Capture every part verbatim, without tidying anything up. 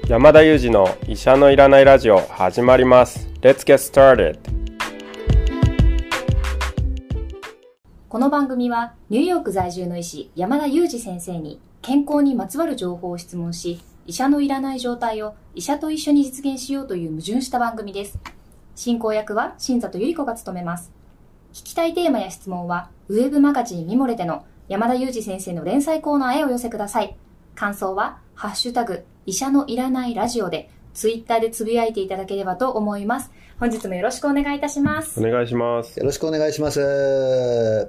山田裕二の医者のいらないラジオ始まります。 Let's get started。 この番組はニューヨーク在住の医師山田裕二先生に健康にまつわる情報を質問し、医者のいらない状態を医者と一緒に実現しようという矛盾した番組です。進行役は新里由里子が務めます。聞きたいテーマや質問はウェブマガジンミモレでの山田裕二先生の連載コーナーへお寄せください。感想はハッシュタグ医者のいらないラジオでツイッターでつぶやいていただければと思います。本日もよろしくお願いいたします。 お願いします。 よろしくお願いします。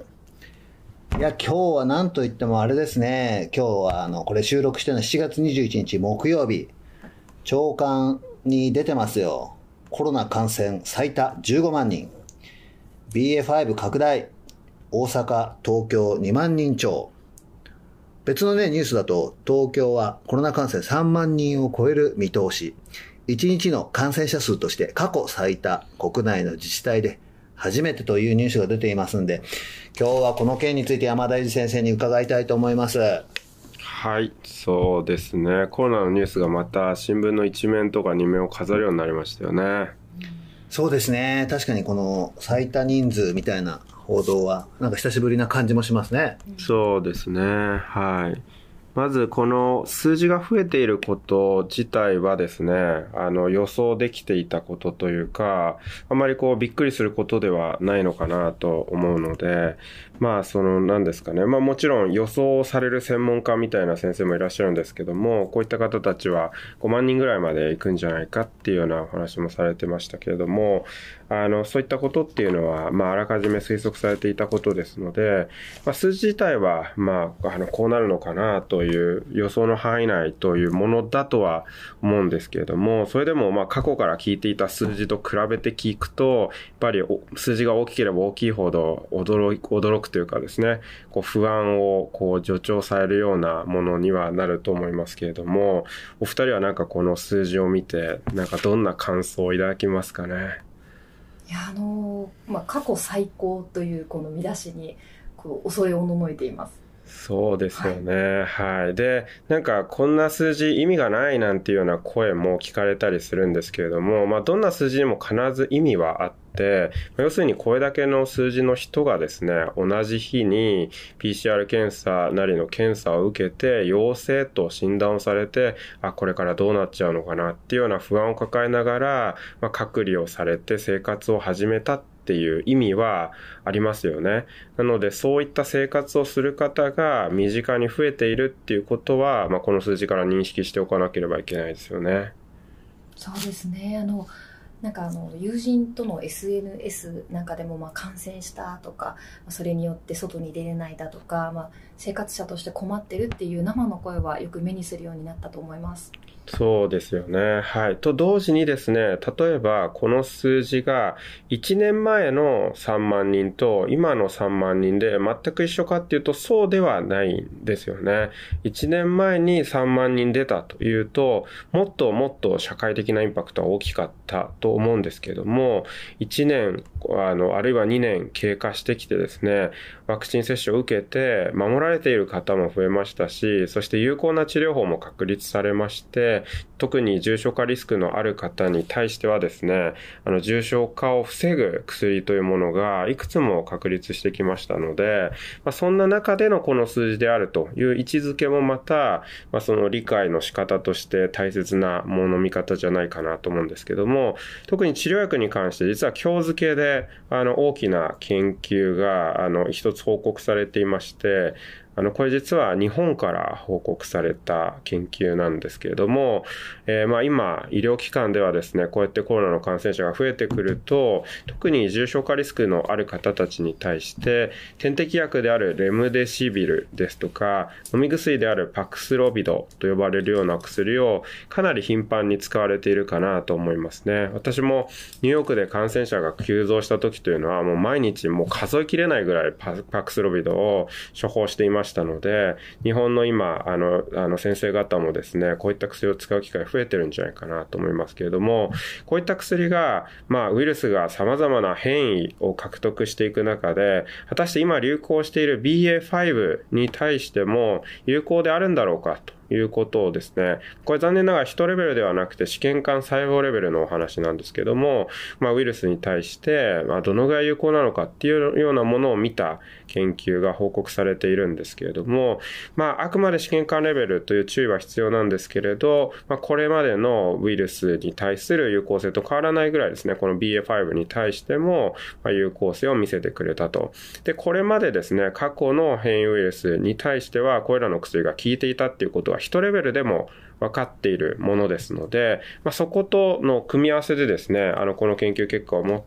いや、今日は何といってもあれですね。今日はあのこれ収録してるのはしちがつにじゅういちにち木曜日。朝刊に出てますよ。コロナ感染最多じゅうごまんにん。ビーエーファイブ 拡大。大阪、東京にまんにん超。別のね、ニュースだと、東京はコロナ感染さんまんにんを超える見通し。いちにちの感染者数として過去最多、国内の自治体で初めてというニュースが出ていますんで、今日はこの件について山田裕二先生に伺いたいと思います。 はい、そうですね。コロナのニュースがまた新聞の一面とか二面を飾るようになりましたよね。 そうですね。確かにこの最多人数みたいな報道はなんか久しぶりな感じもしますね。 そうですね。はい。まずこの数字が増えていること自体はですね、あの予想できていたことというか、あまりこうびっくりすることではないのかなと思うので、まあその何ですかね、まあもちろん予想される専門家みたいな先生もいらっしゃるんですけども、こういった方たちはごまんにんぐらいまで行くんじゃないかっていうようなお話もされてましたけれども、あのそういったことっていうのはまああらかじめ推測されていたことですので、まあ、数字自体はまああのこうなるのかなという予想の範囲内というものだとは思うんですけれども、それでもまあ過去から聞いていた数字と比べて聞くと、やっぱり数字が大きければ大きいほど驚く、驚くというかですね、こう不安をこう助長されるようなものにはなると思いますけれども、お二人はなんかこの数字を見てなんかどんな感想をいただきますかね。 いや、あのーまあ、過去最高というこの見出しにこう恐れおののいています。 そうですよね。はい。はい。で、なんかこんな数字意味がないなんていうような声も聞かれたりするんですけれども、まあどんな数字にも必ず意味はあって、要するにこれだけの数字の人がですね、同じ日に ピーシーアール 検査なりの検査を受けて陽性と診断をされて、あ、これからどうなっちゃうのかなっていうような不安を抱えながら、まあ、隔離をされて生活を始めたっていう意味はありますよね。なのでそういった生活をする方が身近に増えているっていうことは、まあ、この数字から認識しておかなければいけないですよね。 そうですね。あのなんかあの友人との エスエヌエス なんかでもまあ感染したとか、それによって外に出れないだとか、まあ、生活者として困ってるっていう生の声はよく目にするようになったと思います。 そうですよね。はい。と同時にですね、例えばこの数字がいちねんまえのさんまんにんと今のさんまんにんで全く一緒かっていうとそうではないんですよね。いちねんまえにさんまんにん出たというと、もっともっと社会的なインパクトは大きかったと思うんですけども、いちねん、あの、あるいはにねん経過してきてですね、ワクチン接種を受けて守られている方も増えましたし、そして有効な治療法も確立されまして、特に重症化リスクのある方に対してはですね、あの重症化を防ぐ薬というものがいくつも確立してきましたので、まあ、そんな中でのこの数字であるという位置づけもまた、まあ、その理解の仕方として大切なもの見方じゃないかなと思うんですけども、特に治療薬に関して実は今日付であの大きな研究があの一つ報告されていまして、あの、これ実は日本から報告された研究なんですけれども、えー、まあ今、医療機関ではですね、こうやってコロナの感染者が増えてくると、特に重症化リスクのある方たちに対して、点滴薬であるレムデシビルですとか、飲み薬であるパクスロビドと呼ばれるような薬をかなり頻繁に使われているかなと思いますね。私もニューヨークで感染者が急増した時というのは、もう毎日もう数えきれないぐらいパ、パクスロビドを処方していました。したので、日本の今あのあの先生方もですね、こういった薬を使う機会増えてるんじゃないかなと思いますけれども、こういった薬が、まあ、ウイルスが様々な変異を獲得していく中で、果たして今流行している ビーエーファイブ に対しても有効であるんだろうかということをですね、これ残念ながら人レベルではなくて試験管細胞レベルのお話なんですけども、まあ、ウイルスに対して、まあ、どのぐらい有効なのかっていうようなものを見た研究が報告されているんですけれども、まあ、あくまで試験管レベルという注意は必要なんですけれど、まあ、これまでのウイルスに対する有効性と変わらないぐらいですね、この ビーエーファイブ に対しても有効性を見せてくれたと。で、これまでですね、過去の変異ウイルスに対してはこれらの薬が効いていたっていうことは人レベルでも分かっているものですので、まあ、そことの組み合わせでですね、あの、この研究結果をもって、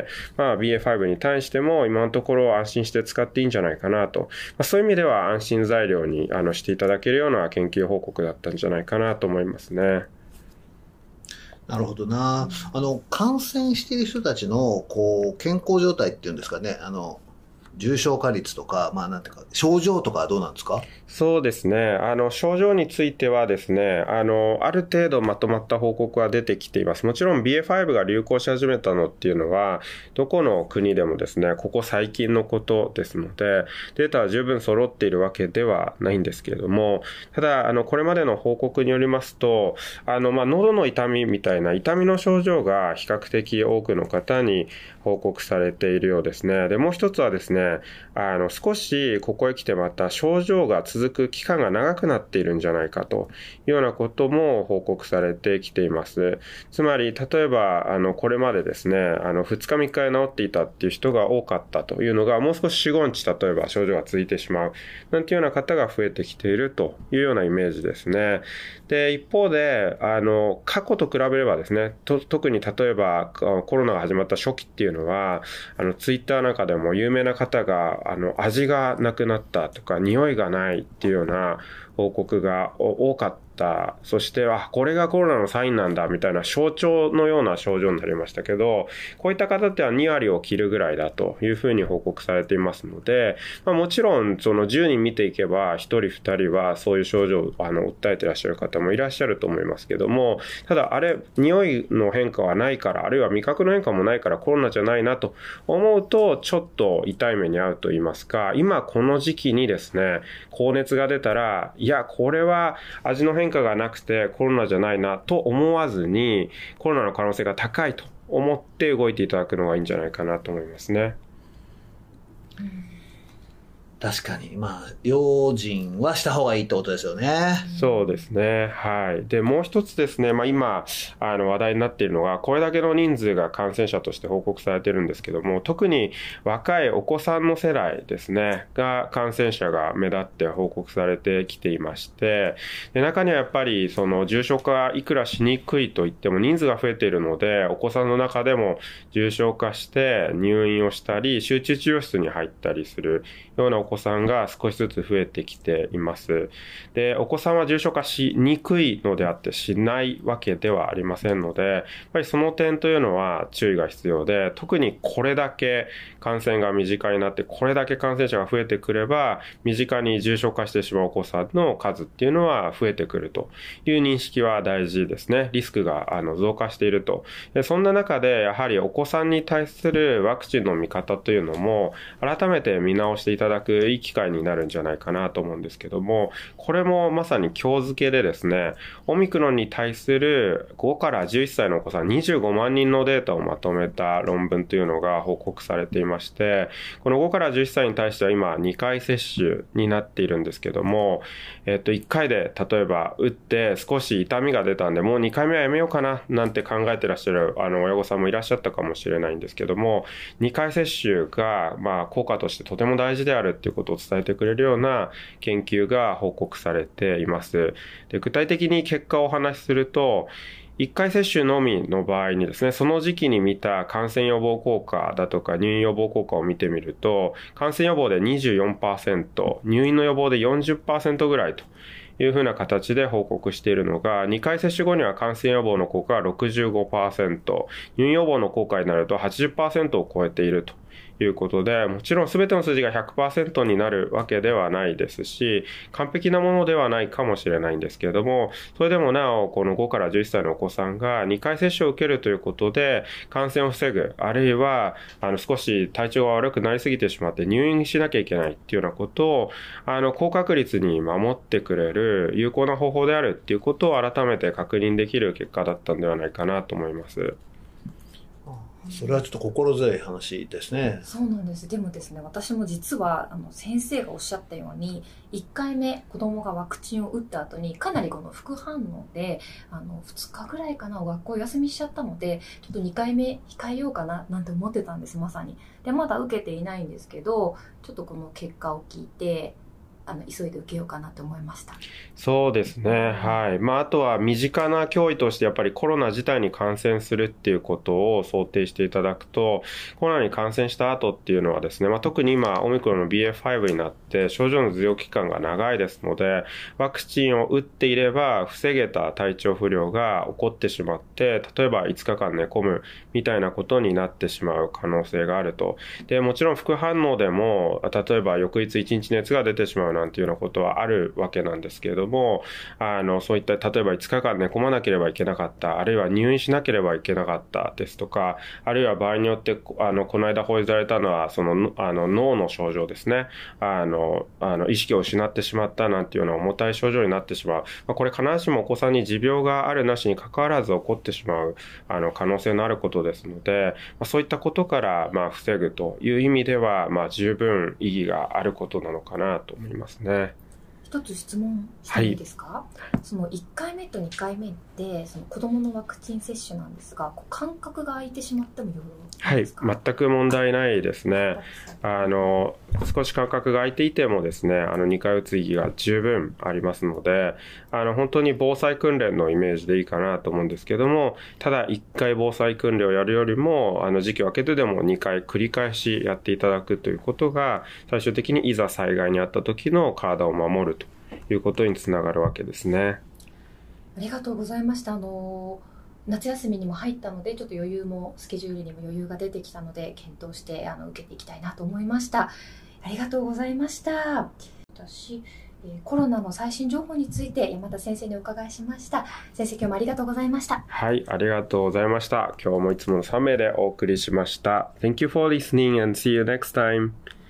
まあ、ビーエーファイブ に対しても今のところ安心して使っていいんじゃないかなと。まあ、そういう意味では安心材料にあのしていただけるような研究報告だったんじゃないかなと思いますね。 なるほどな。あの、感染している人たちの、こう、健康状態っていうんですかね、あの、重症化率とか、まあなんていうか、症状とかはどうなんですか？ そうですね。あの、症状についてはですね、あの、ある程度まとまった報告は出てきています。もちろん ビーエーファイブ が流行し始めたのっていうのは、どこの国でもですね、ここ最近のことですので、データは十分揃っているわけではないんですけれども、ただ、あの、これまでの報告によりますと、あの、まあ、喉の痛みみたいな痛みの症状が比較的多くの方に報告されているようですね。で、もう一つはですね、あの、少しここへ来てまた症状が続く期間が長くなっているんじゃないかというようなことも報告されてきています。つまり、例えば、あの、これまでですね、あの、ふつかみっかで治っていたっていう人が多かったというのが、もう少しよん、ごにち、例えば症状が続いてしまう、なんていうような方が増えてきているというようなイメージですね。で、一方で、あの、過去と比べればですね、と特に例えばコロナが始まった初期っていうのは、あの、ツイッターなんかでも有名な方が、あの、味がなくなったとか、匂いがないっていうような報告が多かった。そして、あ、これがコロナのサインなんだみたいな象徴のような症状になりましたけど、こういった方ってはにわりを切るぐらいだというふうに報告されていますので、まあ、もちろんそのじゅうにん見ていけばひとりふたりはそういう症状をあの訴えていらっしゃる方もいらっしゃると思いますけども、ただあれ、匂いの変化はないから、あるいは味覚の変化もないからコロナじゃないなと思うと、ちょっと痛い目に遭うと言いますか、今この時期にですね、高熱が出たら、いや、これは味の変化がなくてコロナじゃないなと思わずに、コロナの可能性が高いと思って動いていただくのがいいんじゃないかなと思いますね。 確かに。まあ、用心はした方がいいってことですよね。 そうですね。はい。で、もう一つですね。まあ今、あの話題になっているのが、これだけの人数が感染者として報告されているんですけども、特に若いお子さんの世代ですね、が感染者が目立って報告されてきていまして、で中にはやっぱりその重症化いくらしにくいといっても人数が増えているので、お子さんの中でも重症化して入院をしたり、集中治療室に入ったりするようなお子さんが少しずつ増えてきています。で、お子さんは重症化しにくいのであってしないわけではありませんので、やっぱりその点というのは注意が必要で、特にこれだけ感染が身近になって、これだけ感染者が増えてくれば、身近に重症化してしまうお子さんの数っていうのは増えてくるという認識は大事ですね。リスクがあの増加していると。で、そんな中でやはりお子さんに対するワクチンの見方というのも改めて見直していただくいい機会になるんじゃないかなと思うんですけども、これもまさに今日付でですね、オミクロンに対するごからじゅういっさいのお子さんにじゅうごまんにんのデータをまとめた論文というのが報告されていまして、このごからじゅういっさいに対しては今にかい接種になっているんですけども、えっといっかいで例えば打って少し痛みが出たんでもうにかいめはやめようかななんて考えてらっしゃるあの親御さんもいらっしゃったかもしれないんですけども、にかい接種がまあ効果としてとても大事であるっていうことを伝えてくれるような研究が報告されています。で、具体的に結果をお話しすると、いっかい接種のみの場合にですね、その時期に見た感染予防効果だとか入院予防効果を見てみると、感染予防で にじゅうよんパーセント、入院の予防で よんじゅっパーセント ぐらいというふうな形で報告しているのが、にかい接種後には感染予防の効果が ろくじゅうごパーセント、入院予防の効果になると はちじゅっパーセント を超えているということで、もちろん全ての数字が ひゃくパーセント になるわけではないですし、完璧なものではないかもしれないんですけれども、それでもなお、このごからじゅういっさいのお子さんがにかい接種を受けるということで、感染を防ぐ、あるいは、あの、少し体調が悪くなりすぎてしまって入院しなきゃいけないっていうようなことを、あの、高確率に守ってくれる有効な方法であるっていうことを改めて確認できる結果だったんではないかなと思います。 それはちょっと心強い話ですね。 そうなんです。でもですね、私も実はあの先生がおっしゃったように、いっかいめ子供がワクチンを打った後にかなりこの副反応で、あのふつかぐらいかな、学校休みしちゃったので、ちょっとにかいめ控えようかななんて思ってたんです、まさに。で、まだ受けていないんですけど、ちょっとこの結果を聞いて、あの急いで受けようかなと思いました。 そうですね。はい。まあ、あとは身近な脅威としてやっぱりコロナ自体に感染するっていうことを想定していただくと、コロナに感染した後っていうのはですね、まあ、特に今オミクロンの ビーエーファイブ になって症状の持続期間が長いですので、ワクチンを打っていれば防げた体調不良が起こってしまって、例えばいつかかん寝込むみたいなことになってしまう可能性があると。で、もちろん副反応でも、例えば翌日いちにち熱が出てしまうなんていうようなことはあるわけなんですけれども、あの、そういった、例えばいつかかん寝込まなければいけなかった、あるいは入院しなければいけなかったですとか、あるいは場合によって、あの、この間報じられたのは、その、あの、脳の症状ですね。あの、あの、意識を失ってしまったなんていうような重たい症状になってしまう。まあ、これ必ずしもお子さんに持病があるなしに関わらず起こってしまう、あの、可能性のあることですので、まあ、そういったことから、まあ、防ぐという意味では、まあ、十分意義があることなのかなと思いますね。 一つ質問していいですか？はい、そのいっかいめとにかいめってその子どものワクチン接種なんですが、こう間隔が空いてしまってもよろしいですか？ はい、全く問題ないですね。あの少し間隔が空いていてもですね、あのにかい打つ意義が十分ありますので、あの本当に防災訓練のイメージでいいかなと思うんですけども、ただいっかい防災訓練をやるよりも、あの時期を空けてでもにかい繰り返しやっていただくということが、最終的にいざ災害にあった時の体を守るということにつながるわけですね。 ありがとうございました。あの夏休みにも入ったので、ちょっと余裕もスケジュールにも余裕が出てきたので、検討してあの受けていきたいなと思いました。ありがとうございました。私、えー、コロナの最新情報について山田先生にお伺いしました。先生、今日もありがとうございました。 はい、ありがとうございました。今日もいつものさんめいでお送りしました。Thank you for listening and see you next time.